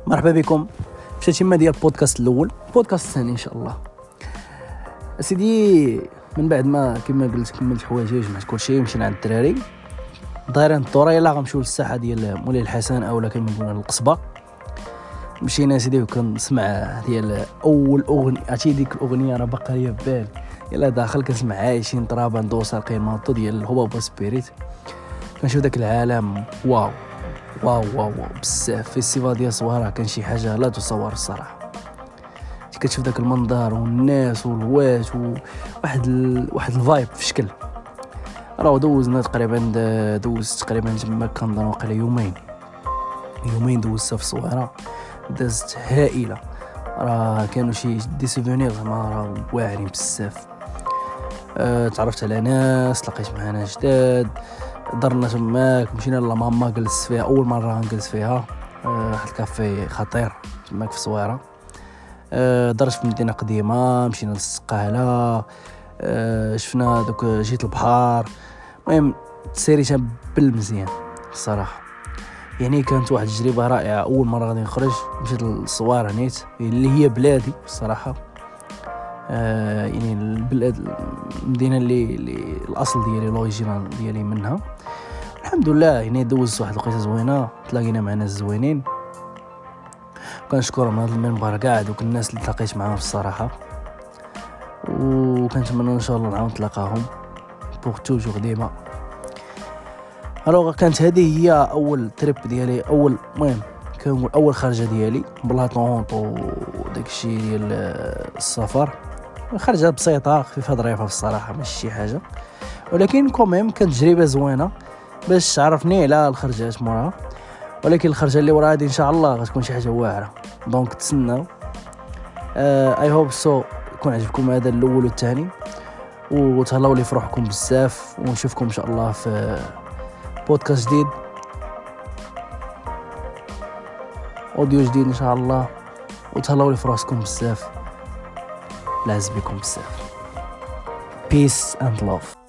مرحبا بكم في شتيمه ديال البودكاست الاول. البودكاست الثاني ان شاء الله اسيدي. من بعد ما كما قلت كملت حوايجي وجمعت كلشي ومشينا عند الدراري دايرين الدوره، يلا غنمشيو للساحه ديال مولاي الحسن اولا كما يقولوا القصبه. مشينا سيدي وكنسمع ديال اول اغنيه، عرفتي ديك الاغنيه راه باقا ليا في بالي. يلا داخل كنسمع عايشين طرابا دو سارقين ماطو ديال الهبابا سبيريت. كنشوف داك العالم واو واو واو واو بزاف. فيستيفال ديال صوارع كان شي حاجه لا تصور الصراحه. كتشوف داك المنظر والناس والهواش وواحد الفايب في شكل. راه دوزنا تقريبا تما كنظن واقيلا يومين دوزتها في الصويره، دازت هائله. راه كانوا شي دي سوفونير زعما راه واعرين بزاف. تعرفت على ناس، لقيت معنا جداد، درنا تماك، مشينا لماما جلست فيها اول مره نجلس فيها. واحد الكافي خطير تماك في الصويره. درت في مدينه قديمه، مشينا للسقاله، شفنا دوك جيت البحر. المهم سيريتها بالمزيان الصراحه، يعني كانت واحد التجربه رائعه. اول مره غادي نخرج مشيت للصوار نيت اللي هي بلادي الصراحه. يعني البلاد المدينه اللي الاصل ديالي لوريجينال ديالي منها. الحمد لله يعني دوزت واحد الوقيته زوينه، تلاقينا مع ناس زوينين. كنشكر من هذا المنبر كاع دوك الناس اللي تلاقيت معاهم الصراحه، وكنتمنى ان شاء الله نعاود نتلاقاهم بوغ توجور ديما. الوغ كانت هذه هي اول تريب ديالي، اول خرجه ديالي بلا طونط وداكشي ديال السفر. خرجه بسيطه خفيفه ظريفه في الصراحه، ماشي شي حاجه، ولكن كوميم كانت تجربه زوينه باش تعرفني على الخرجات موراها. ولكن الخرجه اللي وراها هذه ان شاء الله غتكون شي حاجه واعره، دونك تسناو. اي هوب سو يكون عجبكم هذا الاول والثاني، وتهلاو لي في روحكم بزاف، ونشوفكم ان شاء الله في بودكاست جديد، اوديو جديد ان شاء الله. وتهلاو لي في راسكم بزاف، لعز بكم بزاف. Peace and love.